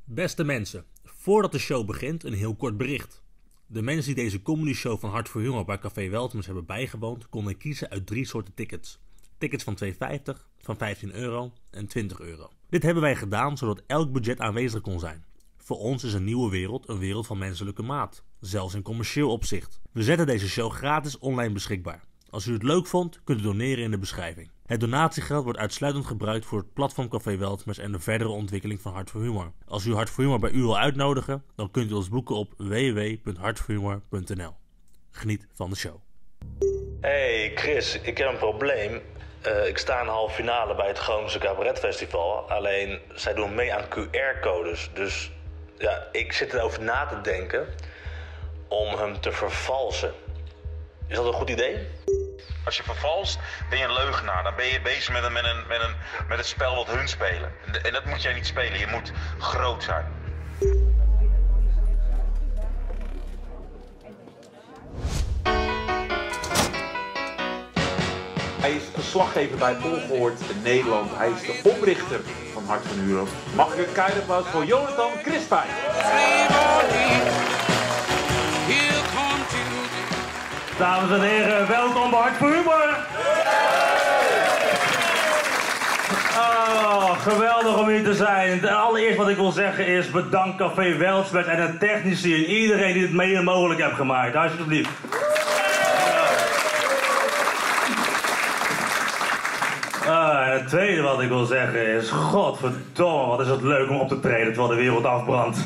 Beste mensen, voordat de show begint een heel kort bericht. De mensen die deze comedy show van Hart voor Humor bij Café Weltmans hebben bijgewoond, konden kiezen uit 3 soorten tickets. Tickets van €2,50, van €15 en €20. Dit hebben wij gedaan zodat elk budget aanwezig kon zijn. Voor ons is een nieuwe wereld een wereld van menselijke maat, zelfs in commercieel opzicht. We zetten deze show gratis online beschikbaar. Als u het leuk vond, kunt u doneren in de beschrijving. Het donatiegeld wordt uitsluitend gebruikt voor het platform Café Weltmans en de verdere ontwikkeling van Hart voor Humor. Als u Hart voor Humor bij u wil uitnodigen, dan kunt u ons boeken op www.hartvoorhumor.nl. Geniet van de show. Hey Chris, ik heb een probleem. Ik sta in de halve finale bij het Groningse Cabaret Festival. Alleen, zij doen mee aan QR-codes. Dus ja, ik zit erover na te denken om hem te vervalsen. Is dat een goed idee? Als je vervalst, ben je een leugenaar. Dan ben je bezig met het spel wat hun spelen. En dat moet jij niet spelen. Je moet groot zijn. Hij is verslaggever bij Ongehoord in Nederland. Hij is de oprichter van Hart van Humor. Mag ik een keihard applaus voor Jonathan Crispijn? Dames en heren, welkom bij Hart voor Humor! Oh, geweldig om hier te zijn. Het allereerst wat ik wil zeggen is bedankt Café Weltmans en de technici en iedereen die het mede mogelijk heeft gemaakt. Alsjeblieft. En het tweede wat ik wil zeggen is, godverdomme, wat is het leuk om op te treden terwijl de wereld afbrandt.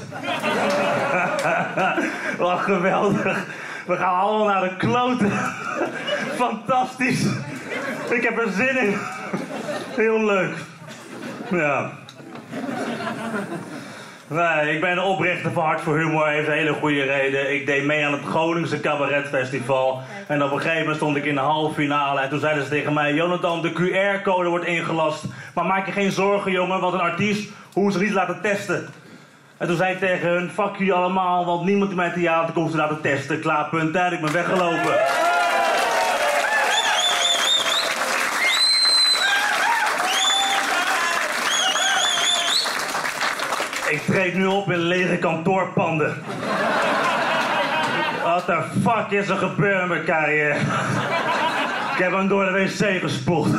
Wat geweldig. We gaan allemaal naar de kloten. Fantastisch. Ik heb er zin in. Heel leuk. Ja. Nee, ik ben de oprichter van Hart voor Humor. Heeft een hele goede reden. Ik deed mee aan het Groningse Cabaret Festival. En op een gegeven moment stond ik in de halve finale. En toen zeiden ze tegen mij, Jonathan, de QR-code wordt ingelast. Maar maak je geen zorgen, jongen, want een artiest hoeft ze niet laten testen. En toen zei ik tegen hun, fuck jullie allemaal, want niemand in mijn theater komt ze laten testen. Klaar, punt, tijd, ik ben weggelopen. Ik treed nu op in lege kantoorpanden. Wat de fuck is er gebeurd met mijn carrière? Ik heb hem door de wc gespoeld.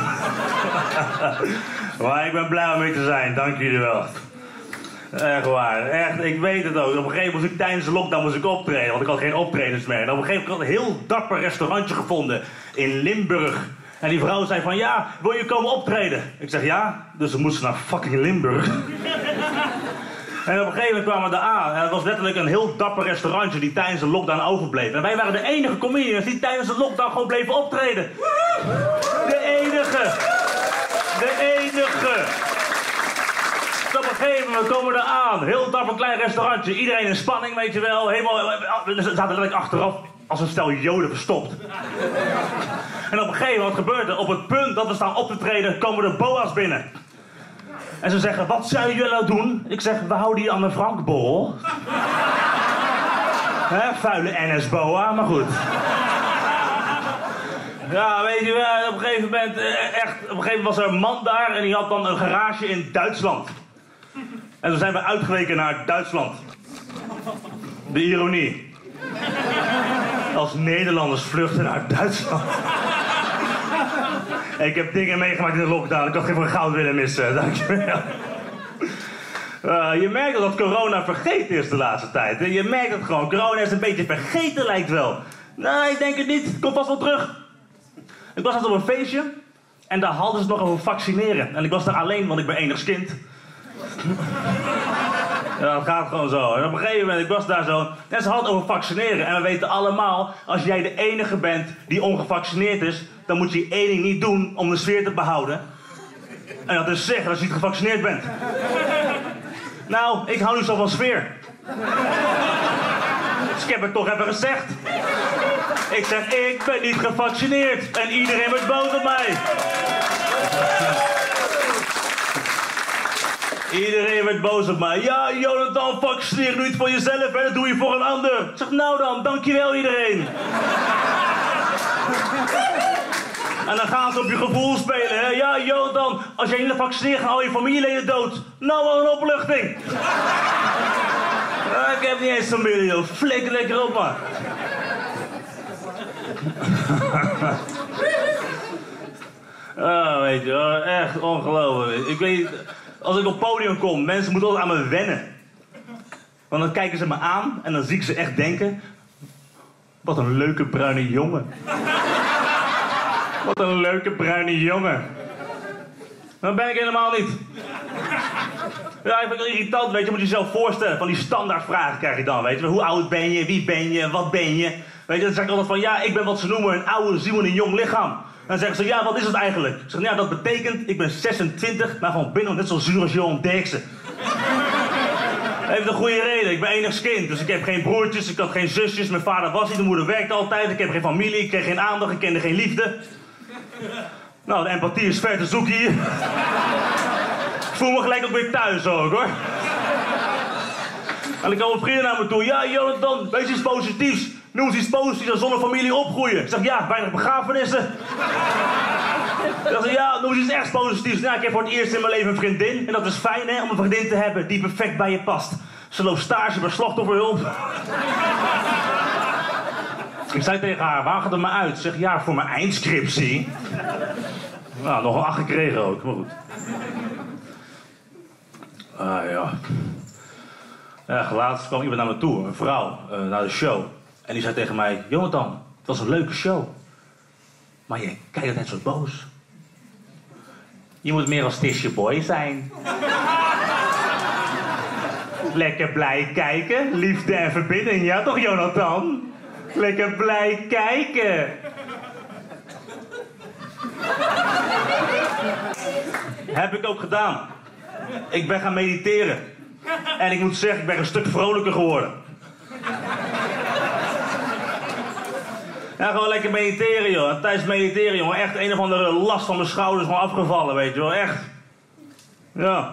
Maar ik ben blij om hier te zijn, dank jullie wel. Echt waar, echt, ik weet het ook. Op een gegeven moment moest ik tijdens de lockdown optreden, want ik had geen optredens meer. En op een gegeven moment had ik een heel dapper restaurantje gevonden in Limburg. En die vrouw zei van, ja, wil je komen optreden? Ik zeg ja, dus we moesten naar fucking Limburg. En op een gegeven moment kwamen we er aan. En het was letterlijk een heel dapper restaurantje die tijdens de lockdown overbleef. En wij waren de enige comedians die tijdens de lockdown gewoon bleven optreden. De enige. De enige. Dus op een gegeven moment komen we er aan. Heel dapper klein restaurantje. Iedereen in spanning, weet je wel. Helemaal, we zaten letterlijk achteraf als een stel joden verstopt. En op een gegeven moment gebeurt er, op het punt dat we staan op te treden, komen de boa's binnen. En ze zeggen, wat zou jullie nou doen? Ik zeg, we houden hier aan de Frankborrel. Vuile NS-boa, maar goed. Ja, weet je wel, op een gegeven moment was er een man daar en die had dan een garage in Duitsland. En toen zijn we uitgeweken naar Duitsland. De ironie. Als Nederlanders vluchten naar Duitsland. Ik heb dingen meegemaakt in de lockdown. Ik had geen van goud willen missen. Dankjewel. Je merkt dat corona vergeten is de laatste tijd. Je merkt het gewoon. Corona is een beetje vergeten, lijkt wel. Nee, ik denk het niet. Het komt vast wel terug. Ik was net op een feestje. En daar hadden ze het nog over vaccineren. En ik was daar alleen, want ik ben enigskind. Ja, dat gaat gewoon zo. En op een gegeven moment, ik was daar zo. En ze hadden het over vaccineren. En we weten allemaal, als jij de enige bent die ongevaccineerd is, dan moet je één ding niet doen om de sfeer te behouden. En dat is zeggen dat je niet gevaccineerd bent. Nou, ik hou nu zo van sfeer. Dus ik heb het toch even gezegd. Ik zeg, ik ben niet gevaccineerd. En iedereen wordt boos op mij. Iedereen werd boos op mij. Ja, Jonathan, vaccineer nu niet voor jezelf, hè? Dat doe je voor een ander. Ik zeg, nou dan, dankjewel iedereen. En dan gaan ze op je gevoel spelen, hè? Ja, Jonathan, als jij niet vaccineert, gaan al je familieleden dood. Nou, wat een opluchting. heb niet eens familie, joh. Flikker lekker op, man. Oh, weet je wel, echt ongelooflijk. Ik weet, als ik op het podium kom, mensen moeten altijd aan me wennen. Want dan kijken ze me aan en dan zie ik ze echt denken... Wat een leuke bruine jongen. Wat een leuke bruine jongen. Dat ben ik helemaal niet. Ja, ik vind het irritant, weet je. Je moet jezelf voorstellen. Van die standaardvragen krijg je dan, weet je. Hoe oud ben je? Wie ben je? Wat ben je? Weet je, dan zeg ik altijd van... Ja, ik ben wat ze noemen een oude ziel in een jong lichaam. Dan zeggen ze, ja, wat is het eigenlijk? Ik zeg, ja, dat betekent, ik ben 26, maar van binnen net zo zuur als Johan Derksen. Heeft een goede reden, ik ben enigst kind, dus ik heb geen broertjes, ik had geen zusjes, mijn vader was niet, mijn moeder werkte altijd, ik heb geen familie, ik kreeg geen aandacht, ik kende geen liefde. Nou, de empathie is ver te zoeken hier. Ik voel me gelijk ook weer thuis ook, hoor. En dan komen vrienden naar me toe, ja, Jonathan, wees iets positiefs. Noem eens iets positiefs en zonder familie opgroeien. Ik zeg, ja, weinig begrafenissen. Ik zeg, ja, noem eens iets echt positiefs. Nou, ik heb voor het eerst in mijn leven een vriendin. En dat is fijn, hè, om een vriendin te hebben die perfect bij je past. Ze loopt stage bij slachtofferhulp. Ik zei tegen haar, waar gaat het me uit? Ze zegt, ja, voor mijn eindscriptie. Nou, nog een 8 gekregen ook, maar goed. Ah, ja. Ja, laatst kwam iemand naar me toe, een vrouw, naar de show. En die zei tegen mij, Jonathan, het was een leuke show. Maar je kijkt altijd zo boos. Je moet meer als Tisje Boy zijn. Lekker blij kijken, liefde en verbinding, ja toch Jonathan? Lekker blij kijken. Heb ik ook gedaan. Ik ben gaan mediteren. En ik moet zeggen, ik ben een stuk vrolijker geworden. Ja, gewoon lekker mediteren, joh. En tijdens mediteren, jongen, echt een of andere last van mijn schouders gewoon afgevallen, weet je wel. Echt. Ja.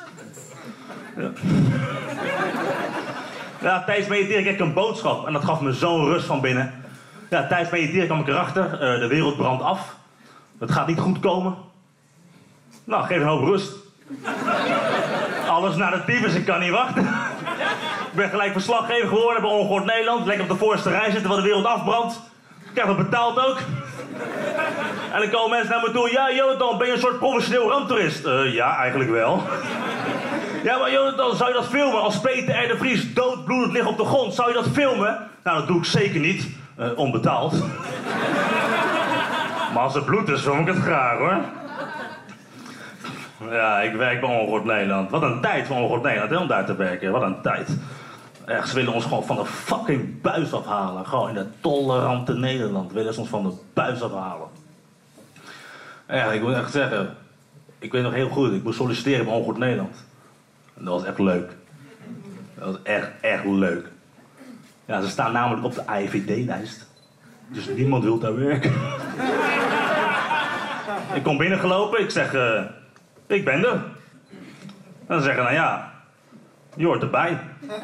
Ja, tijdens mediteren kreeg ik een boodschap. En dat gaf me zo'n rust van binnen. Ja, tijdens mediteren kwam ik erachter. De wereld brandt af. Het gaat niet goed komen. Nou, geef een hoop rust. Alles naar de tyfus, ik kan niet wachten. Ik ben gelijk verslaggever geworden bij Ongehoord Nederland. Lekker op de voorste rij zitten waar de wereld afbrandt. Ik krijg dat betaald ook. En dan komen mensen naar me toe. Ja, Jonathan, ben je een soort professioneel ramptoerist? Ja, eigenlijk wel. Ja, maar Jonathan, zou je dat filmen? Als Peter R. de Vries doodbloedend ligt op de grond, zou je dat filmen? Nou, dat doe ik zeker niet. Onbetaald. Maar als het bloed is, film ik het graag, hoor. Ja, ik werk bij Ongehoord Nederland. Wat een tijd voor Ongehoord Nederland, hè, om daar te werken. Wat een tijd. Echt, ze willen ons gewoon van de fucking buis afhalen. Gewoon in dat tolerante Nederland willen ze ons van de buis afhalen. Ja, ik moet echt zeggen, ik weet nog heel goed, ik moest solliciteren bij Ongehoord Nederland. En dat was echt leuk. Dat was echt leuk. Ja, ze staan namelijk op de AIVD-lijst. Dus niemand wil daar werken. Ik kom binnengelopen, ik zeg, ik ben er. En dan zeggen, nou ja, je hoort erbij.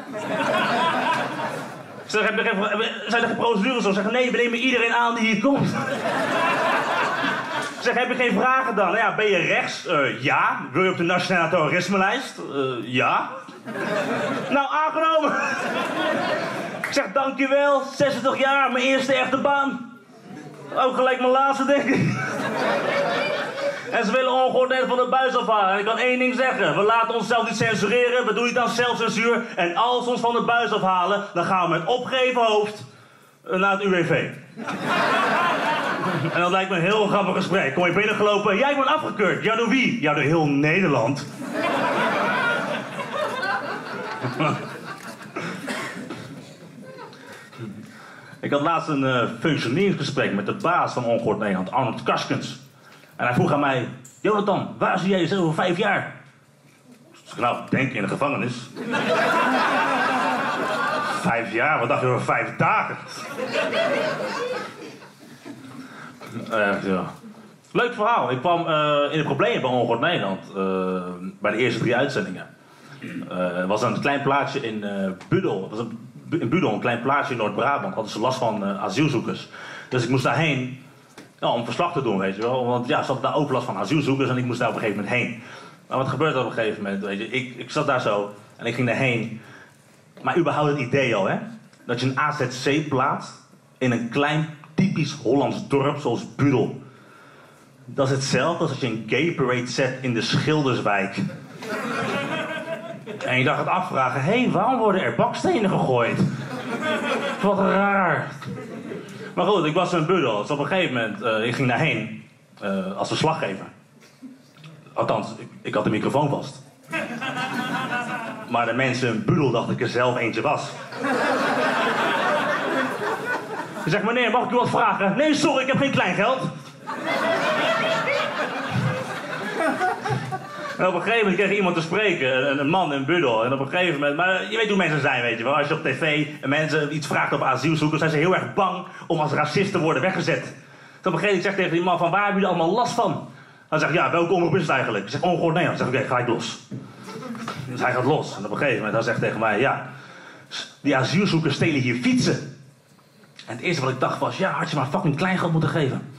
Ik zeg, zijn er geen procedures? Ze zeggen, nee, we nemen iedereen aan die hier komt. Ik zeg, heb je geen vragen dan? Nou ja, ben je rechts? Ja. Wil je op de nationale terrorisme-lijst? Ja. Nou, aangenomen. Ik zeg, dankjewel, 26 jaar, mijn eerste echte baan. Ook gelijk mijn laatste, denk ik. En ze willen Ongehoord Nederland van de buis afhalen. En ik kan één ding zeggen. We laten onszelf niet censureren. We doen niet aan zelfcensuur. En als ze ons van de buis afhalen, dan gaan we met opgeheven hoofd naar het UWV. En dat lijkt me een heel grappig gesprek. Kom je binnengelopen. Jij bent afgekeurd. Ja, door wie? Ja, door heel Nederland. Ik had laatst een functioneringsgesprek met de baas van Ongehoord Nederland, Arnold Karskens. En hij vroeg aan mij, Jonathan, waar zie jij jezelf over 5 jaar? Ik zei, nou, denk in de gevangenis. 5 jaar? Wat dacht je over 5 dagen? Ja. Leuk verhaal. Ik kwam in de problemen bij Ongehoord Nederland. Bij de eerste 3 uitzendingen. Het was een klein plaatsje in Budel. Het was in Budel, een klein plaatsje in Noord-Brabant. Hadden ze last van asielzoekers. Dus ik moest daarheen om verslag te doen, weet je wel. Want ja, ze hadden daar overlast van asielzoekers en ik moest daar op een gegeven moment heen. Maar wat gebeurde er op een gegeven moment, weet je. Ik zat daar zo en ik ging daarheen. Maar überhaupt het idee al, hè? Dat je een AZC plaatst in een klein typisch Hollands dorp zoals Budel. Dat is hetzelfde als je een gay parade zet in de Schilderswijk. En je dacht het afvragen, hé, waarom worden er bakstenen gegooid? Wat raar. Maar goed, ik was in Budel, dus op een gegeven moment, ik ging daarheen als verslaggever. Althans, ik had de microfoon vast. Maar de mensen in Budel dachten ik er zelf eentje was. Je zegt, meneer, mag ik u wat vragen? Nee, sorry, ik heb geen kleingeld. En op een gegeven moment kreeg iemand te spreken, een man in Budel. En op een gegeven moment, maar je weet hoe mensen zijn, weet je wel. Als je op tv mensen iets vraagt over asielzoekers, zijn ze heel erg bang om als racist te worden weggezet. Dus op een gegeven moment zegt tegen die man van, waar hebben jullie allemaal last van? Dan zegt ja, welke omroep is het eigenlijk? Ik zeg, Ongehoord Nederland. Dan zeg ik, oké, ga ik los. Dus hij gaat los. En op een gegeven moment, hij zegt tegen mij, ja, die asielzoekers stelen hier fietsen. En het eerste wat ik dacht was, ja, had je maar fucking kleingeld moeten geven.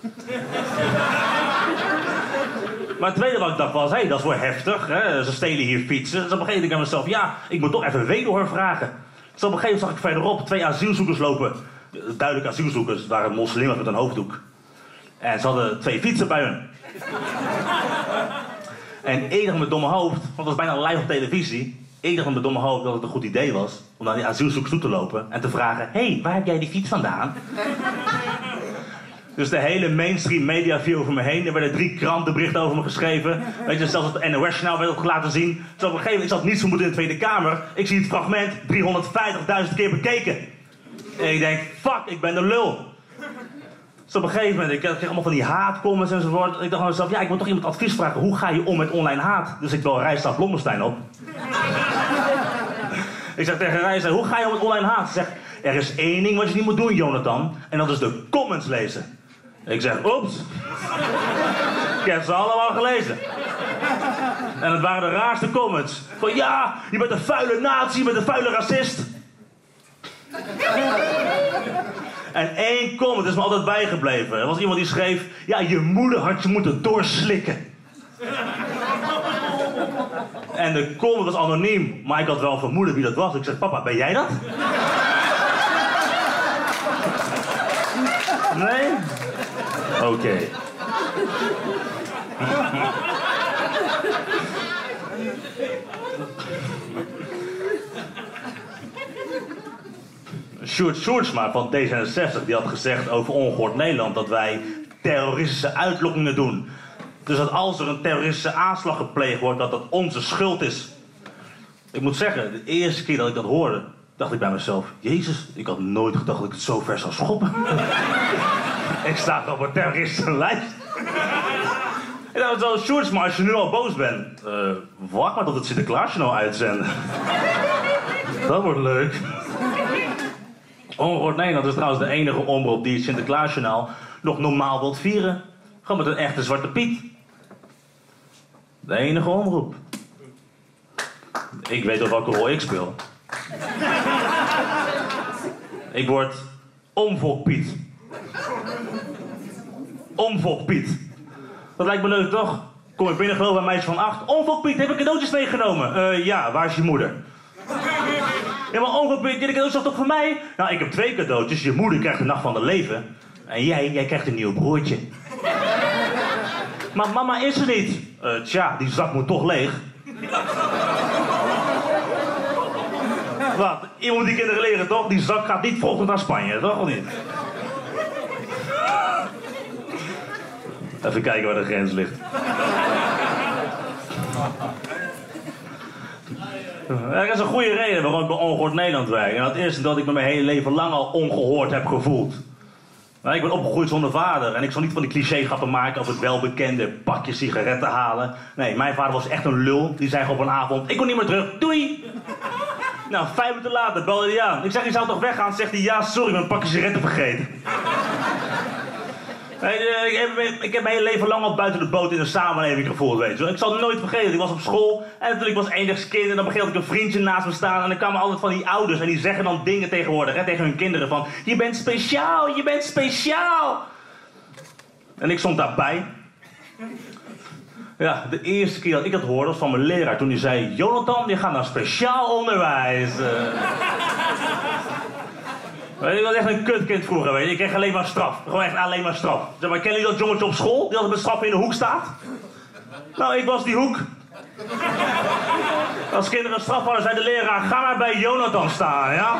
Maar het tweede wat ik dacht was, hé, dat is wel heftig, hè? Ze stelen hier fietsen. Dus op een gegeven moment dacht ik aan mezelf, ja, ik moet toch even wederhoor vragen. Dus op een gegeven moment zag ik verderop 2 asielzoekers lopen. Duidelijk asielzoekers, het waren moslims met een hoofddoek. En ze hadden 2 fietsen bij hun. En ik dacht met domme hoofd, want het was bijna live op televisie. Ik dacht met domme hoofd dat het een goed idee was om naar die asielzoekers toe te lopen en te vragen, hé, waar heb jij die fiets vandaan? Dus de hele mainstream media viel over me heen. Er werden 3 krantenberichten over me geschreven. Weet je, zelfs het NOS-journaal werd ook laten zien. Dus op een gegeven moment, ik zat niet vermoeden in de Tweede Kamer. Ik zie het fragment 350.000 keer bekeken. En ik denk, fuck, ik ben de lul. Dus op een gegeven moment, ik kreeg allemaal van die haatcomments enzovoort. Ik dacht aan mezelf, ja, ik moet toch iemand advies vragen. Hoe ga je om met online haat? Dus ik bel Rijsdijk Blommestein op. Ik zeg tegen Rijsdijk, hoe ga je om met online haat? Ze zegt, er is 1 ding wat je niet moet doen, Jonathan. En dat is de comments lezen. Ik zeg, oeps. Ik heb ze allemaal gelezen. En het waren de raarste comments. Van ja, je bent een vuile nazi, je bent een vuile racist. En 1 comment is me altijd bijgebleven. Er was iemand die schreef, ja, je moeder had je moeten doorslikken. En de comment was anoniem, maar ik had wel vermoeden wie dat was. Ik zeg, papa, ben jij dat? Nee? Oké. Sjoerd Sjoerdsma van D66 die had gezegd over Ongehoord Nederland dat wij terroristische uitlokkingen doen. Dus dat als er een terroristische aanslag gepleegd wordt, dat dat onze schuld is. Ik moet zeggen, de eerste keer dat ik dat hoorde, dacht ik bij mezelf, Jezus, ik had nooit gedacht dat ik het zo ver zou schoppen. Ik sta op een terroristenlijst. En dan zo, Sjoerdsma, als je nu al boos bent, wacht maar tot het Sinterklaasjournaal uitzenden. Dat wordt leuk. Ongehoord Nederland is trouwens de enige omroep die het Sinterklaasjournaal nog normaal wilt vieren. Gewoon met een echte Zwarte Piet. De enige omroep. Ik weet wel welke rol ik speel. Ik word Omvolk-Piet. Omvolk-Piet. Dat lijkt me leuk, toch? Kom ik binnen, geloof ik, een meisje van 8. Omvolk-Piet, heb ik cadeautjes meegenomen? Ja, waar is je moeder? Ja, maar Omvolk-Piet, de cadeautjes toch voor mij? Nou, ik heb 2 cadeautjes. Je moeder krijgt de nacht van de leven. En jij krijgt een nieuw broertje. Maar mama is er niet. Tja, die zak moet toch leeg. Wat? Iemand die kinderen leren, toch? Die zak gaat niet volgend naar Spanje, toch? Of niet? Even kijken waar de grens ligt. Er is een goede reden waarom ik bij Ongehoord Nederland werk. En dat is dat ik me mijn hele leven lang al ongehoord heb gevoeld. Ik ben opgegroeid zonder vader en ik zal niet van die clichégrappen maken over het welbekende pakje sigaretten halen. Nee, mijn vader was echt een lul. Die zei op een avond, ik kom niet meer terug, doei! Nou, 5 minuten later belde hij aan. Ik zeg, je zou toch weggaan? Zegt hij, ja, sorry, ik ben een pakje sigaretten vergeten. Ik heb mijn hele leven lang al buiten de boot in de samenleving gevoeld, weet je. Ik zal het nooit vergeten. Ik was op school en natuurlijk was enigskind en dan begreep ik een vriendje naast me staan. En dan kwamen altijd van die ouders en die zeggen dan dingen tegenwoordig, hè, tegen hun kinderen van, je bent speciaal, je bent speciaal. En ik stond daarbij. Ja, de eerste keer dat ik dat hoorde was van mijn leraar toen hij zei, Jonathan, je gaat naar speciaal onderwijs. Ik was echt een kutkind vroeger, weet je. Ik kreeg alleen maar straf. Gewoon echt alleen maar straf. Zeg maar, kennen jullie dat jongetje op school die altijd met straf in de hoek staat? Nou, ik was die hoek. Als kinderen straf hadden, zei de leraar, ga maar bij Jonathan staan, ja?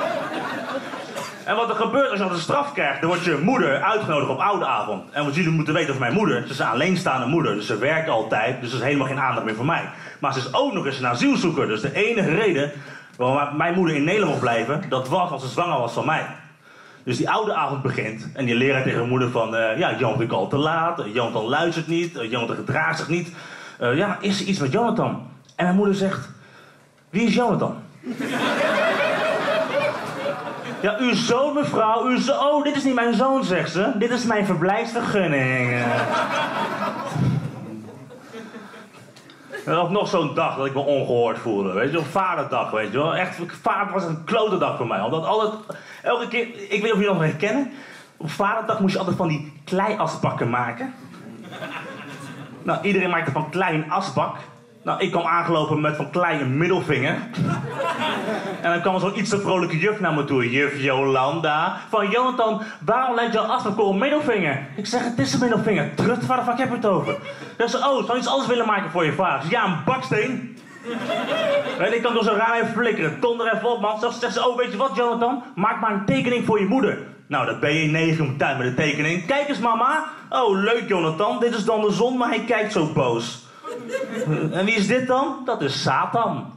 En wat er gebeurt als je een straf krijgt, dan wordt je moeder uitgenodigd op oudeavond. En wat jullie moeten weten over mijn moeder, ze is een alleenstaande moeder, dus ze werkt altijd, dus er is helemaal geen aandacht meer voor mij. Maar ze is ook nog eens een asielzoeker, dus de enige reden waarom mijn moeder in Nederland mocht blijven, dat was als ze zwanger was van mij. Dus die oudeavond begint en die leraar tegen mijn moeder van, ja, Jonathan is al te laat, Jonathan luistert niet, Jonathan gedraagt zich niet. Ja, is er iets met Jonathan? En mijn moeder zegt, wie is Jonathan? Ja, uw zoon, mevrouw, uw zoon. Oh, dit is niet mijn zoon, zegt ze. Dit is mijn verblijfsvergunning. Er was nog zo'n dag dat ik me ongehoord voelde, weet je, op vaderdag, weet je wel. Echt, vader was een klote dag voor mij. Omdat elke keer, ik weet niet of jullie dat nog herkennen. Op vaderdag moest je altijd van die kleiasbakken maken. Nou, iedereen maakte van klei een asbak. Nou, ik kwam aangelopen met van klei een middelvinger. En dan kwam er zo'n iets te vrolijke juf naar me toe. Juf Jolanda. Van Jonathan, waarom lijkt jouw asbak een middelvinger? Ik zeg, het is een middelvinger. Trut, waar de fuck heb je het over? Dan zei ze, oh, zou je iets anders willen maken voor je vader? Ja, een baksteen. Weet je, ik kan door zo'n raam even flikkeren. Donder even op, man. Zegt ze, oh, weet je wat, Jonathan? Maak maar een tekening voor je moeder. Nou, dat ben je 9 om tijd met de tekening. Kijk eens, mama. Oh, leuk, Jonathan. Dit is dan de zon, maar hij kijkt zo boos. En wie is dit dan? Dat is Satan.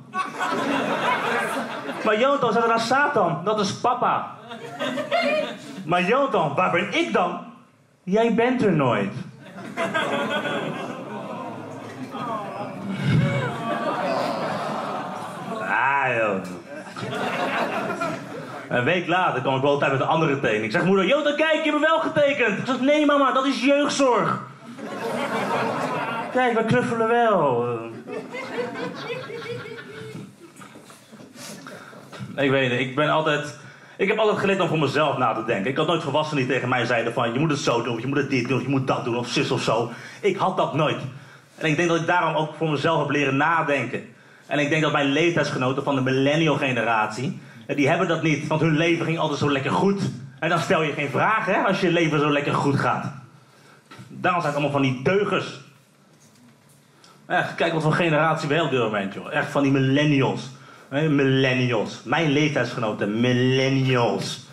Maar Jonathan, zegt er naar Satan. Dat is papa. Maar Jonathan, waar ben ik dan? Jij bent er nooit. Ah, joh. Een week later kwam ik wel tijd met een andere tekening. Ik zeg, moeder, Jonathan, kijk, je hebt me wel getekend. Ik zeg, nee mama, dat is jeugdzorg. Kijk, we knuffelen wel. Ik weet het, ik heb altijd geleerd om voor mezelf na te denken. Ik had nooit volwassenen die tegen mij zeiden van, je moet het zo doen, of je moet het dit doen, of je moet dat doen, of zus of zo. Ik had dat nooit. En ik denk dat ik daarom ook voor mezelf heb leren nadenken. En ik denk dat mijn leeftijdsgenoten van de millennial generatie, die hebben dat niet, want hun leven ging altijd zo lekker goed. En dan stel je geen vragen, hè, als je leven zo lekker goed gaat. Daarom zijn het allemaal van die deugers. Echt, kijk wat voor generatie we hebben op dit moment, joh. Echt van die millennials. Millennials. Mijn leeftijdsgenoten, millennials.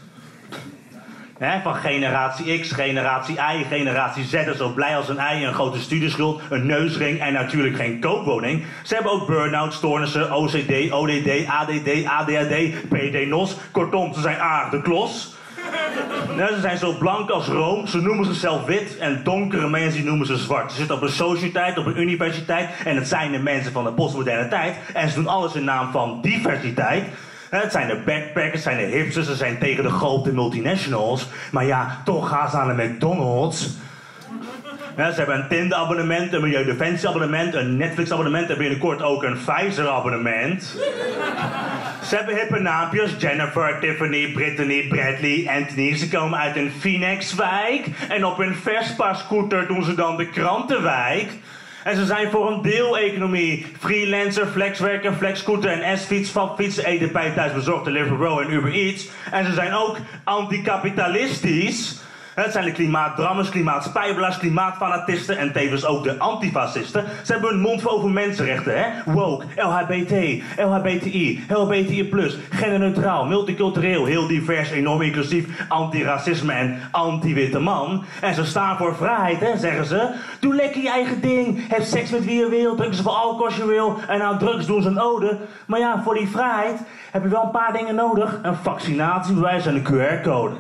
Van generatie X, generatie Y, generatie Z is zo blij als een ei, een grote studieschuld, een neusring en natuurlijk geen koopwoning. Ze hebben ook burn-out, stoornissen, OCD, ODD, ADD, ADHD, PD-NOS. Kortom, ze zijn aardig de klos. Ja, ze zijn zo blank als room, ze noemen zichzelf wit en donkere mensen die noemen ze zwart. Ze zitten op een sociëteit, op een universiteit en het zijn de mensen van de postmoderne tijd. En ze doen alles in naam van diversiteit. Het zijn de backpackers, het zijn de hipsters, ze zijn tegen de grote multinationals. Maar ja, toch gaan ze aan de McDonald's. Ja, ze hebben een Tinder-abonnement, een Milieudefensie-abonnement, een Netflix-abonnement en binnenkort ook een Pfizer-abonnement. Ze hebben hippe naampjes, Jennifer, Tiffany, Brittany, Bradley, Anthony. Ze komen uit een Phoenixwijk en op een Vespa-scooter doen ze dan de krantenwijk. En ze zijn voor een deeleconomie. Freelancer, flexwerker, flexscooter en S-fiets, fietsen, eten bij thuisbezorgd, Deliveroo en Uber Eats. En ze zijn ook anticapitalistisch. Het zijn de klimaatdrammers, klimaatspijbelaars, klimaatfanatisten en tevens ook de antifascisten. Ze hebben hun mond vol over mensenrechten, hè? Woke, LHBT, LHBTI, LHBTI+, genderneutraal, multicultureel, heel divers, enorm inclusief, antiracisme en anti-witte man. En ze staan voor vrijheid, hè, zeggen ze. Doe lekker je eigen ding, heb seks met wie je wil, drink zoveel alcohol als je wil en aan drugs doen ze een ode. Maar ja, voor die vrijheid heb je wel een paar dingen nodig. Een vaccinatiebewijs en een QR-code.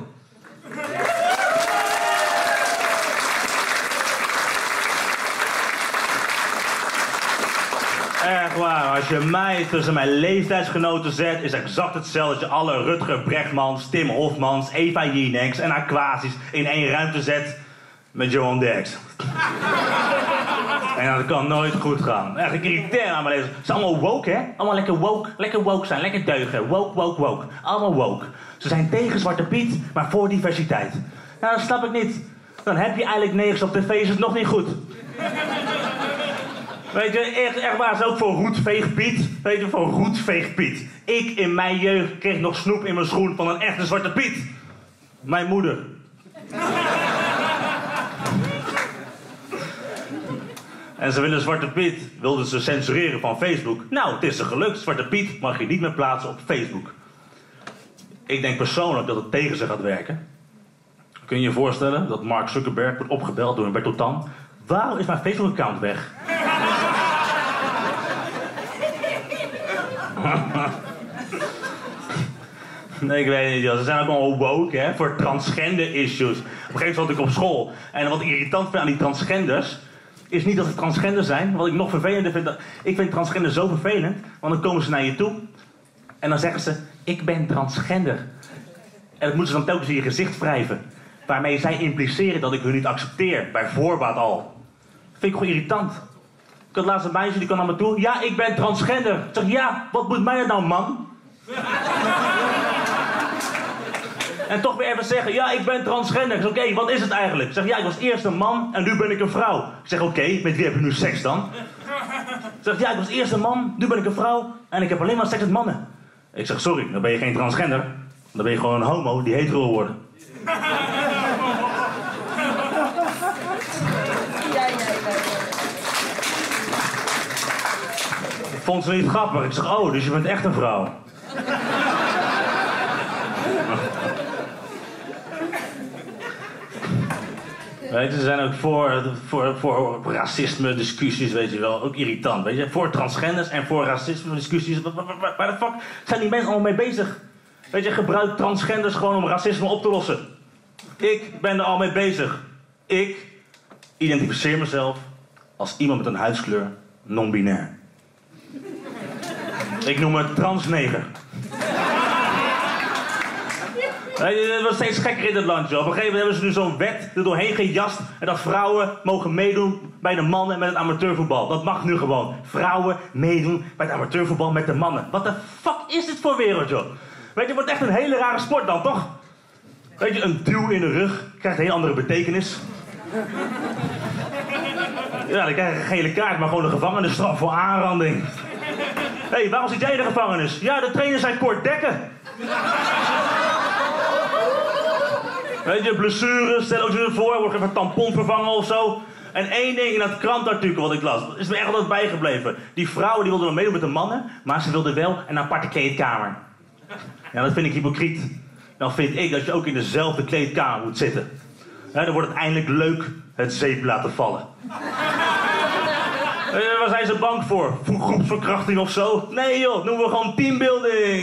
Echt waar, als je mij tussen mijn leeftijdsgenoten zet, is exact hetzelfde als je alle Rutger Brechtmans, Tim Hofmans, Eva Jinek en Aquasi's in één ruimte zet met Johan Derks. En dat kan nooit goed gaan. Echt, ik irriteer aan mijn leven. Ze zijn allemaal woke, hè? Allemaal lekker woke zijn, lekker deugen. Woke. Allemaal woke. Ze zijn tegen Zwarte Piet, maar voor diversiteit. Nou, dat snap ik niet. Dan heb je eigenlijk negers op tv, is het nog niet goed. Weet je, echt waar, is ook voor Roetveegpiet. Weet je, voor Roetveegpiet. Ik in mijn jeugd kreeg nog snoep in mijn schoen van een echte Zwarte Piet. Mijn moeder. En ze willen Zwarte Piet, wilden ze censureren van Facebook. Nou, het is ze gelukt. Zwarte Piet mag je niet meer plaatsen op Facebook. Ik denk persoonlijk dat het tegen ze gaat werken. Kun je je voorstellen dat Mark Zuckerberg wordt opgebeld door een Bertoltan? Waarom is mijn Facebook-account weg? Nee, ik weet niet. Ze zijn ook allemaal woke, hè, voor transgender issues. Op een gegeven moment zat ik op school. En wat ik irritant vind aan die transgenders is niet dat ze transgender zijn. Wat ik nog vervelender vind. Ik vind transgender zo vervelend. Want dan komen ze naar je toe. En dan zeggen ze, ik ben transgender. En dat moeten ze dan telkens in je gezicht wrijven. Waarmee zij impliceren dat ik hun niet accepteer. Bij voorbaat al. Dat vind ik gewoon irritant. Ik had laatst een meisje die kwam naar me toe. Ja, ik ben transgender. Ik zeg, ja, wat moet mij dat nou, man? En toch weer even zeggen, ja, ik ben transgender. Ik zeg, oké, wat is het eigenlijk? Ik zeg, ja, ik was eerst een man en nu ben ik een vrouw. Ik zeg, oké, met wie heb je nu seks dan? Ik zeg, ja, ik was eerst een man, nu ben ik een vrouw en ik heb alleen maar seks met mannen. Ik zeg, sorry, dan ben je geen transgender. Dan ben je gewoon een homo die hetero wil worden. Ik vond ze niet grappig. Ik zeg, oh, dus je bent echt een vrouw. Weet je, ze zijn ook voor racisme discussies, weet je wel. Ook irritant, weet je. Voor transgenders en voor racisme discussies. Waar de fuck zijn die mensen allemaal mee bezig? Weet je, gebruik transgenders gewoon om racisme op te lossen. Ik ben er al mee bezig. Ik identificeer mezelf als iemand met een huidskleur non-binair. Ik noem me transneger. Het wordt steeds gekker in het land, joh. Op een gegeven moment hebben ze nu zo'n wet er doorheen gejast. En dat vrouwen mogen meedoen bij de mannen met het amateurvoetbal. Dat mag nu gewoon. Vrouwen meedoen bij het amateurvoetbal met de mannen. Wat de fuck is dit voor wereld, joh? Weet je, het wordt echt een hele rare sport dan, toch? Weet je, een duw in de rug krijgt een hele andere betekenis. Ja, dan krijg je een gele kaart, maar gewoon een gevangenisstraf voor aanranding. Hé, waarom zit jij in de gevangenis? Ja, de trainers zijn kort dekken. Weet je, blessures, stel ook zo voor, wordt even een tampon vervangen of zo. En één ding in dat krantartikel wat ik las, is me echt altijd bijgebleven. Die vrouwen die wilden wel meedoen met de mannen, maar ze wilden wel een aparte kleedkamer. Ja, dat vind ik hypocriet. Dan vind ik dat je ook in dezelfde kleedkamer moet zitten. Ja, dan wordt het eindelijk leuk het zeep laten vallen. Waar zijn ze bang voor? Groepsverkrachting of zo? Nee joh, noemen we gewoon teambuilding.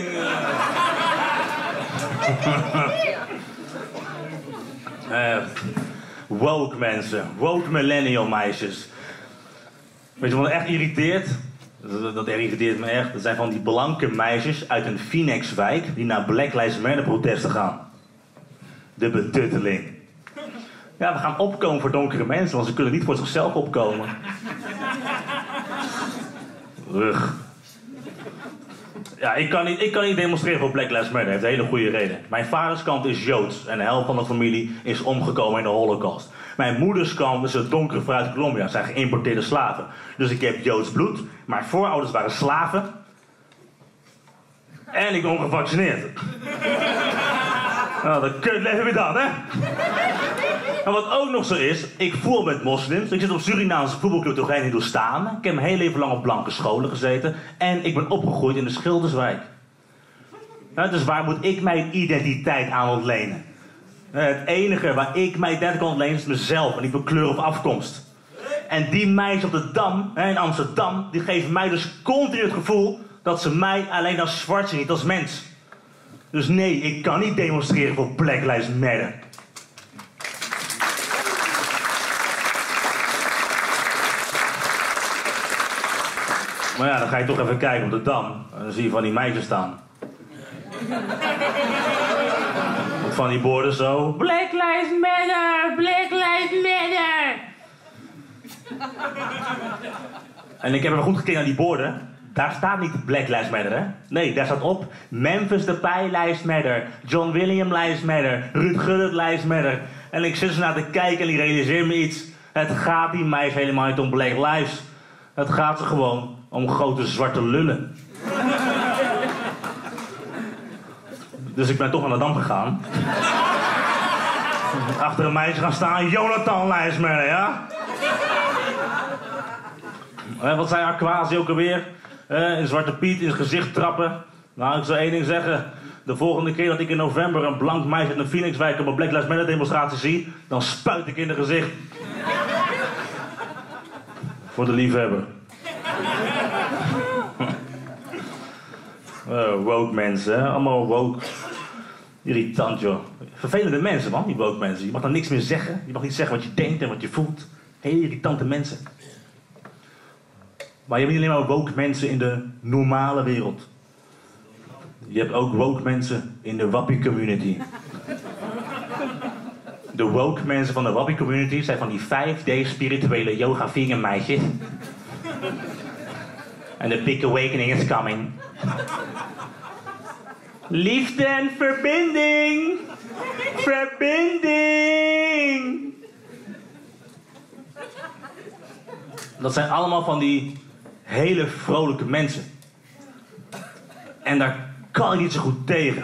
Woke mensen, woke millennial meisjes. Weet je wat me echt irriteert? Dat irriteert me echt. Dat zijn van die blanke meisjes uit een Phoenixwijk die naar Black Lives Matter protesten gaan. De betutteling. Ja, we gaan opkomen voor donkere mensen, want ze kunnen niet voor zichzelf opkomen. Rug. Ja, ik kan niet demonstreren voor Black Lives Matter. Dat heeft een hele goede reden. Mijn vaders kant is Joods en de helft van de familie is omgekomen in de Holocaust. Mijn moeders kant is een donkere vrouw uit Colombia. Dat zijn geïmporteerde slaven. Dus ik heb Joods bloed. Mijn voorouders waren slaven. En ik ben ongevaccineerd. Nou, dat kutleven heb je dan, hè? En wat ook nog zo is, ik voel met moslims. Ik zit op Surinaamse voetbalclub Turijn in Doestaan. Ik heb mijn hele leven lang op blanke scholen gezeten. En ik ben opgegroeid in de Schilderswijk. Nou, dus waar moet ik mijn identiteit aan ontlenen? Het enige waar ik mijn identiteit kan ontlenen is mezelf en niet mijn kleur of afkomst. En die meisjes op de Dam, in Amsterdam, die geven mij dus continu het gevoel dat ze mij alleen als zwart zien, niet als mens. Dus nee, ik kan niet demonstreren voor Black Lives Matter. Maar ja, dan ga je toch even kijken op de Dam. En dan zie je van die meisjes staan. Van die borden zo. Black Lives Matter! Black Lives Matter! En ik heb even goed gekeken naar die borden. Daar staat niet Black Lives Matter, hè? Nee, daar staat op Memphis Depay Lives Matter. John William Lives Matter. Ruud Gullit Lives Matter. En ik zit zo naar te kijken en ik realiseer me iets. Het gaat die meisjes helemaal niet om Black Lives. Het gaat ze gewoon om grote zwarte lullen. Dus ik ben toch naar de Dam gegaan. Achter een meisje gaan staan, Jonathan Lijsmer, ja? Wat zei Aquasi ook alweer? In Zwarte Piet in zijn gezicht trappen. Nou, ik zou één ding zeggen. De volgende keer dat ik in november een blank meisje uit een Phoenixwijk op een Black Lives Matter demonstratie zie, dan spuit ik in de gezicht. Voor de liefhebber. Woke mensen, hè? Allemaal woke. Irritant, joh. Vervelende mensen, man, die woke mensen. Je mag dan niks meer zeggen. Je mag niet zeggen wat je denkt en wat je voelt. Hele irritante mensen. Maar je hebt niet alleen maar woke mensen in de normale wereld. Je hebt ook woke mensen in de wappie community. De woke mensen van de wappie community zijn van die 5D spirituele yoga vegan meisjes. En the big awakening is coming. Liefde en verbinding. Verbinding. Dat zijn allemaal van die hele vrolijke mensen. En daar kan ik niet zo goed tegen.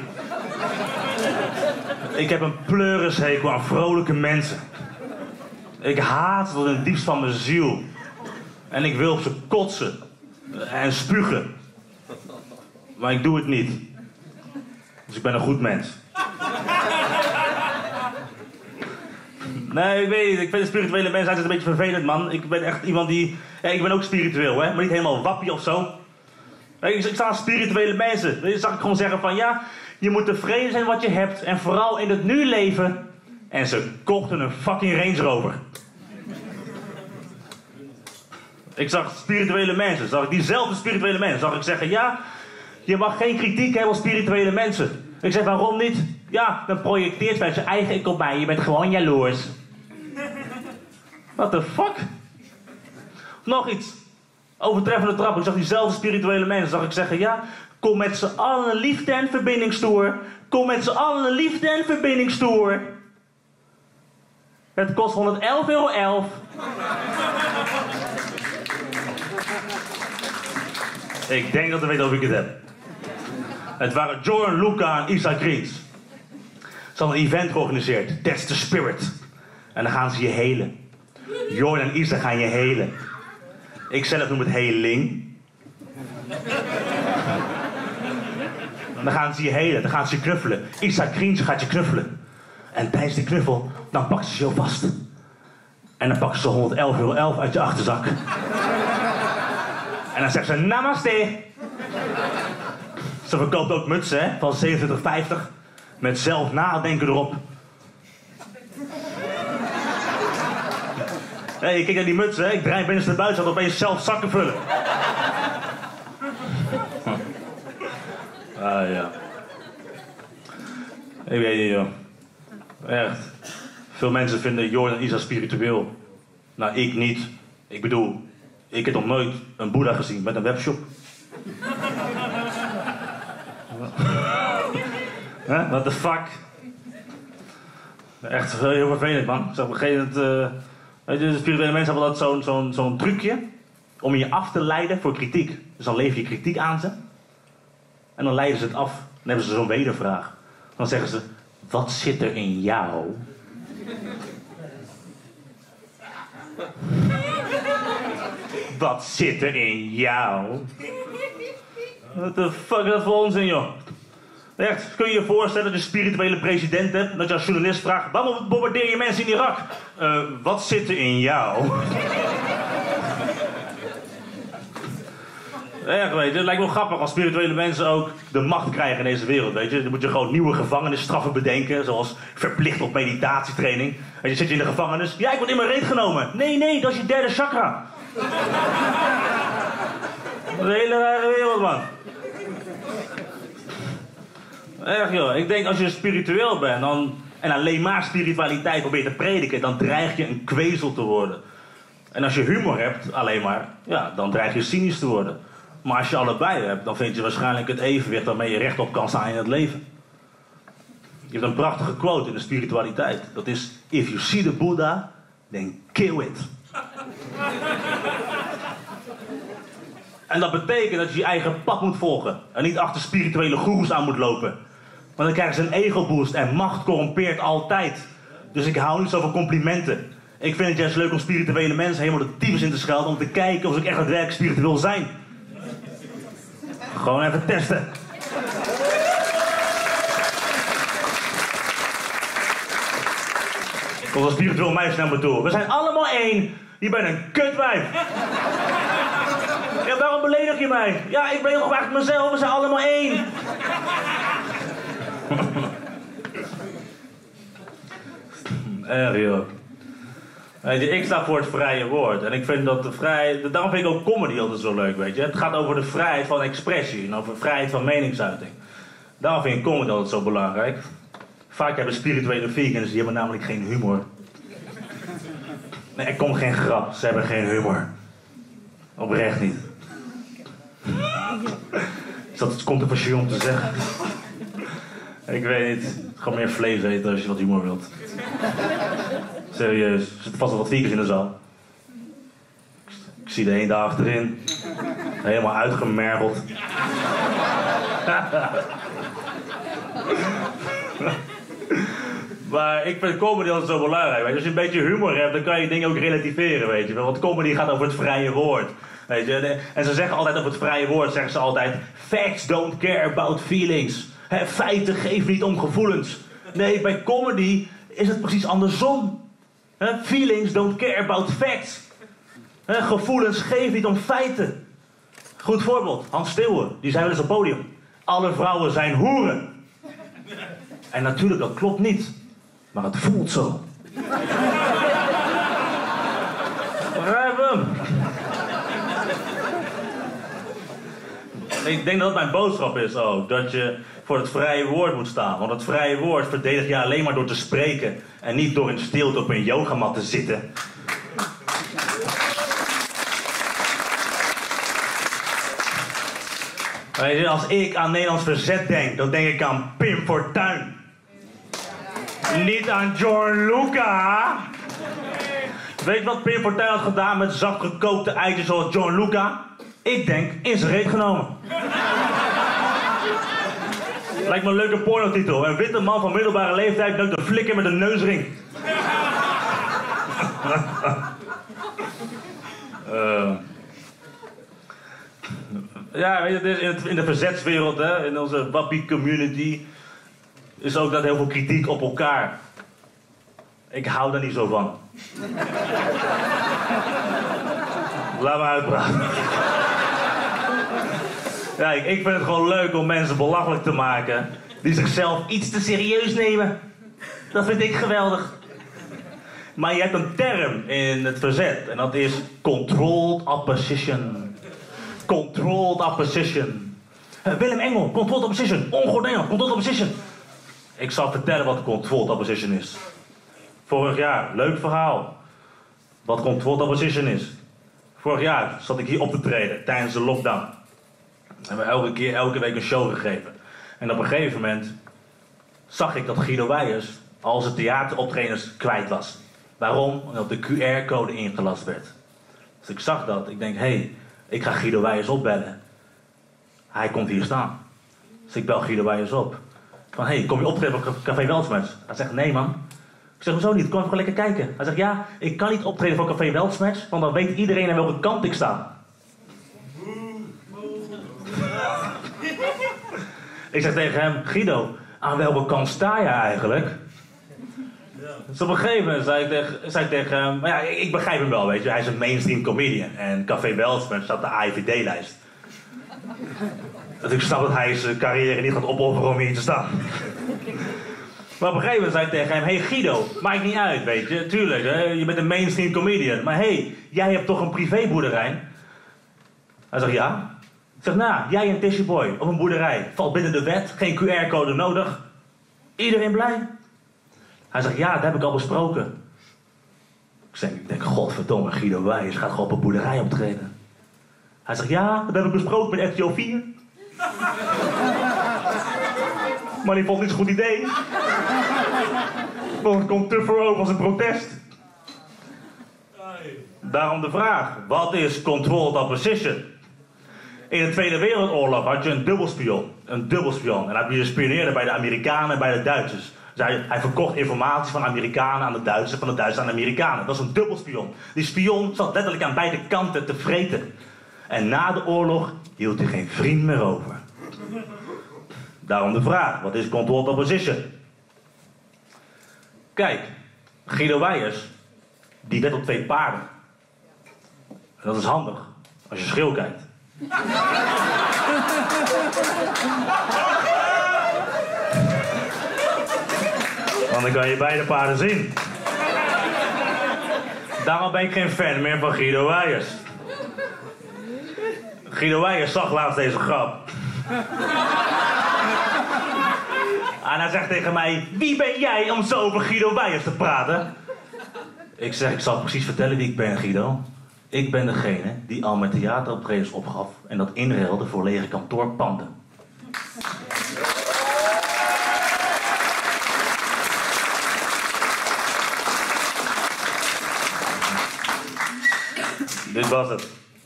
Ik heb een pleurishekel aan vrolijke mensen. Ik haat ze tot in het diepst van mijn ziel. En ik wil op ze kotsen. En spugen. Maar ik doe het niet. Dus ik ben een goed mens. Nee, ik weet niet. Ik vind de spirituele mensen altijd een beetje vervelend, man. Ik ben echt iemand die... Ja, ik ben ook spiritueel, hè. Maar niet helemaal wappie of zo. Ik sta aan spirituele mensen. Dan zag ik gewoon zeggen van... Ja, je moet tevreden zijn wat je hebt. En vooral in het nu leven. En ze kochten een fucking Range Rover. Ik zag spirituele mensen. Zag ik diezelfde spirituele mensen. Zag ik zeggen... Ja, je mag geen kritiek hebben op spirituele mensen. Ik zeg, waarom niet? Ja, dan projecteert bij zijn eigen ik op mij. Je bent gewoon jaloers. What the fuck? Nog iets. Overtreffende trap. Ik zag diezelfde spirituele mensen. Zag ik zeggen, ja, kom met z'n allen liefde en verbindingstoer. Kom met z'n allen liefde en verbindingstoer. Het kost €111,11. Ik denk dat we weten of ik het heb. Het waren Jordan, Luca en Isa Greens. Ze hadden een event georganiseerd. That's the spirit. En dan gaan ze je helen. Jordan en Isa gaan je helen. Ik zelf noem het heling. Dan gaan ze je helen. Dan gaan ze je knuffelen. Isa Greens gaat je knuffelen. En tijdens die knuffel, dan pakken ze je vast. En dan pakken ze €111,11 uit je achterzak. En dan zegt ze namaste. Ze verkoopt ook mutsen, hè, van €27,50. Met zelf nadenken erop. Hey, ik kijk naar die mutsen, hè. Ik draai binnenste buiten, dat opeens zelf zakken vullen. Ah ja. Ik weet niet, joh. Echt. Veel mensen vinden Jordan en Isa spiritueel. Nou, ik niet. Ik bedoel, ik heb nog nooit een boeddha gezien met een webshop. Huh? What the fuck? Echt heel vervelend, man. Ik zag op een gegeven moment... weet je, de spirituele mensen hebben altijd zo'n trucje om je af te leiden voor kritiek. Dus dan lever je kritiek aan ze. En dan leiden ze het af. Dan hebben ze zo'n wedervraag. Dan zeggen ze, wat zit er in jou? Wat zit er in jou? What the fuck is dat voor onzin, joh? Echt, kun je je voorstellen dat je spirituele president hebt... dat je als journalist vraagt... waarom bombardeer je mensen in Irak? Wat zit er in jou? Echt, weet je, het lijkt wel grappig als spirituele mensen ook de macht krijgen in deze wereld, weet je. Dan moet je gewoon nieuwe gevangenisstraffen bedenken... zoals verplicht op meditatietraining. En je zit in de gevangenis... ja, ik word in mijn reet genomen. Nee, dat is je derde chakra. Dat is een hele rare wereld, man. Echt joh, ik denk als je spiritueel bent en alleen maar spiritualiteit probeert te prediken, dan dreig je een kwezel te worden. En als je humor hebt, alleen maar, ja, dan dreig je cynisch te worden. Maar als je allebei hebt, dan vind je waarschijnlijk het evenwicht waarmee je rechtop kan staan in het leven. Je hebt een prachtige quote in de spiritualiteit. Dat is, if you see the Buddha, then kill it. En dat betekent dat je je eigen pad moet volgen. En niet achter spirituele goeroes aan moet lopen. Want dan krijgen ze een ego-boost en macht corrompeert altijd. Dus ik hou niet zo van complimenten. Ik vind het juist leuk om spirituele mensen helemaal de tyfus in te schelden om te kijken of ze ook echt daadwerkelijk spiritueel zijn. Gewoon even testen. Komt een spiritueel meisje naar me toe. We zijn allemaal één. Je bent een kutwijf. Ja, waarom beledig je mij? Ja, ik ben heel graag mezelf. We zijn allemaal één. Erg joh. Weet je, ik sta voor het vrije woord. En ik vind dat daarom vind ik ook comedy altijd zo leuk, weet je. Het gaat over de vrijheid van expressie en over vrijheid van meningsuiting. Daarom vind ik comedy altijd zo belangrijk. Vaak hebben spirituele vegans, die hebben namelijk geen humor. Nee, er komt geen grap, ze hebben geen humor. Oprecht niet. Is dat controversieel om te zeggen? Ik weet niet. Gewoon meer vlees eten als je wat humor wilt. Serieus, er zitten vast wel wat vegans in de zaal. Ik zie de een daar achterin. Helemaal uitgemergeld. Maar ik vind comedy altijd zo belangrijk. Weet je. Als je een beetje humor hebt, dan kan je dingen ook relativeren, weet je. Want comedy gaat over het vrije woord. Weet je. En ze zeggen altijd over het vrije woord, zeggen ze altijd... Facts don't care about feelings. Feiten geven niet om gevoelens. Nee, bij comedy is het precies andersom. Feelings don't care about facts. Gevoelens geven niet om feiten. Goed voorbeeld, Hans Steeuwen, die zei wel eens op het podium. Alle vrouwen zijn hoeren. En natuurlijk, dat klopt niet. Maar het voelt zo. Begrijp hem. Ik denk dat mijn boodschap is ook. Dat je voor het vrije woord moet staan. Want het vrije woord verdedig je alleen maar door te spreken. En niet door in stilte op een yogamat te zitten. Weet je, als ik aan Nederlands verzet denk, dan denk ik aan Pim Fortuyn. Niet aan Gianluca. Weet je wat Pim Fortuyn had gedaan met zacht gekookte eitjes zoals Gianluca? Ik denk in zijn reet genomen. Lijkt me een leuke pornotitel. Een witte man van middelbare leeftijd neukt een flikker met een neusring. Ja, weet je, dus in de verzetswereld, hè, in onze wappie community, is ook dat heel veel kritiek op elkaar. Ik hou daar niet zo van. Laat me uitpraten. Ja, ik vind het gewoon leuk om mensen belachelijk te maken die zichzelf iets te serieus nemen. Dat vind ik geweldig. Maar je hebt een term in het verzet en dat is controlled opposition. Controlled opposition. Willem Engel, controlled opposition. Ongoordeel, controlled opposition. Ik zal vertellen wat controlled opposition is. Vorig jaar, leuk verhaal. Wat controlled opposition is. Vorig jaar zat ik hier op te treden tijdens de lockdown. En we elke week een show gegeven. En op een gegeven moment zag ik dat Guido Weijers al zijn theateroptredens kwijt was. Waarom? Omdat de QR-code ingelast werd. Dus ik zag dat. Ik denk, hé, ik ga Guido Weijers opbellen. Hij komt hier staan. Dus ik bel Guido Weijers op. Van, hé, kom je optreden op Café Weltsmatch? Hij zegt, nee man. Ik zeg, hoezo niet? Kom even lekker kijken. Hij zegt, ja, ik kan niet optreden voor Café Weltsmatch, want dan weet iedereen aan welke kant ik sta. Ik zeg tegen hem, Guido, aan welke kant sta je eigenlijk? Dus op een gegeven moment zei ik tegen hem, maar ja, ik begrijp hem wel, weet je. Hij is een mainstream comedian en Café Weltsmatch staat op de AIVD-lijst. Dus ik snap dat hij zijn carrière niet gaat opofferen om hier te staan. Maar op een gegeven moment zei ik tegen hem, hey Guido, maakt niet uit, weet je. Tuurlijk, hè, je bent een mainstream comedian. Maar hey, jij hebt toch een privéboerderij? Hij zegt, ja. Ik zeg, nou, jij en Tishy Boy op een boerderij. Valt binnen de wet, geen QR-code nodig. Iedereen blij? Hij zegt, ja, dat heb ik al besproken. Ik denk, godverdomme, Guido Weijers gaat gewoon op een boerderij optreden. Hij zegt, ja, dat heb ik besproken met RTL 4. Maar die vond het niet zo'n goed idee. Want het komt te ver over als een protest. Daarom de vraag, wat is controlled opposition? In de Tweede Wereldoorlog had je een dubbelspion. Een dubbelspion. En hij spioneerde bij de Amerikanen en bij de Duitsers. Dus hij verkocht informatie van Amerikanen aan de Duitsers, van de Duitsers aan de Amerikanen. Dat was een dubbelspion. Die spion zat letterlijk aan beide kanten te vreten. En na de oorlog hield hij geen vriend meer over. Daarom de vraag, wat is controlled opposition? Kijk, Guido Weijers, die wet op 2 paarden. En dat is handig, als je schil kijkt. Want dan kan je beide paarden zien. Daarom ben ik geen fan meer van Guido Weijers. Guido Weijers zag laatst deze grap. En hij zegt tegen mij, wie ben jij om zo over Guido Weijers te praten? Ik zeg, ik zal precies vertellen wie ik ben, Guido. Ik ben degene die al mijn theateroptredens opgaf en dat inruilde voor lege kantoorpanden. Dit was het.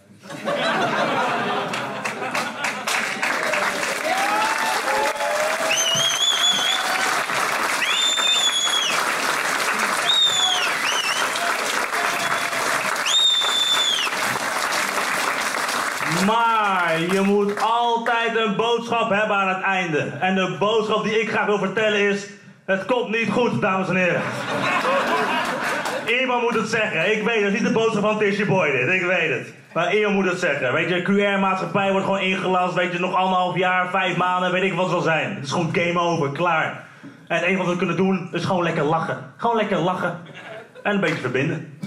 Maar je moet altijd een boodschap hebben aan het einde. En de boodschap die ik graag wil vertellen is... Het komt niet goed, dames en heren. Iemand moet het zeggen. Ik weet het, niet de boodschap van Tishy Boy dit. Ik weet het. Maar iemand moet het zeggen. Weet je, QR-maatschappij wordt gewoon ingelast. Weet je, nog 1,5 jaar, 5 maanden, weet ik wat het zal zijn. Het is gewoon game over, klaar. En het enige wat we kunnen doen, is gewoon lekker lachen. Gewoon lekker lachen. En een beetje verbinden.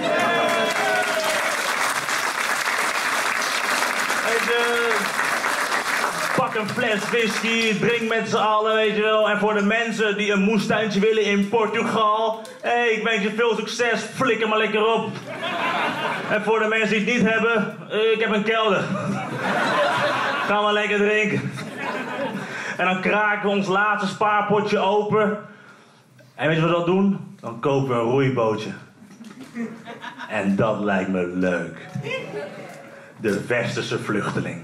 Weet je... Pak een fles whisky, drink met z'n allen, weet je wel. En voor de mensen die een moestuintje willen in Portugal... Hé, ik wens je veel succes, flikker maar lekker op. En voor de mensen die het niet hebben... ik heb een kelder. Gaan we lekker drinken. En dan kraken we ons laatste spaarpotje open. En weet je wat we dat doen? Dan kopen we een roeibootje. En dat lijkt me leuk. De westerse vluchteling.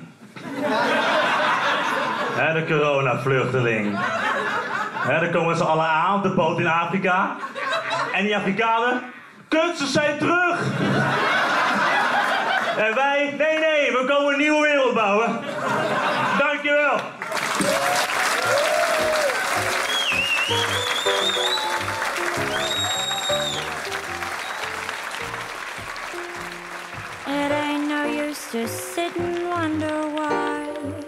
De coronavluchteling. Dan komen ze allen aan op de boot in Afrika. En die Afrikanen, kut, ze zijn terug. En wij, nee, we komen een nieuwe wereld bouwen. Dankjewel. It ain't no use to sit and wonder why.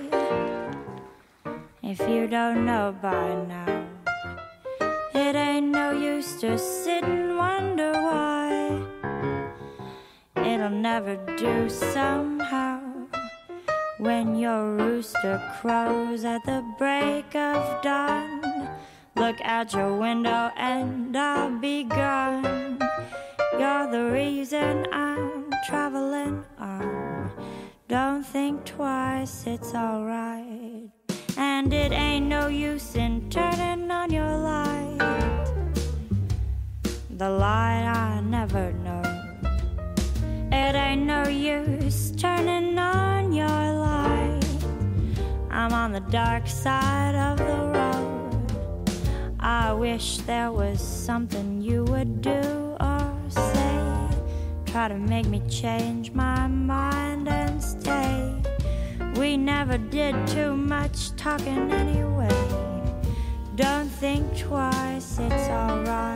If you don't know by now, it ain't no use to sit and wonder why. It'll never do somehow. When your rooster crows at the break of dawn, look out your window and I'll be gone. You're the reason I'm traveling on. Don't think twice, it's alright. And it ain't no use in turning on your light, the light I never know. It ain't no use turning on your light. I'm on the dark side of the road. I wish there was something you would do or say. Try to make me change my mind and stay. We never did too much talking anyway. Don't think twice, it's alright.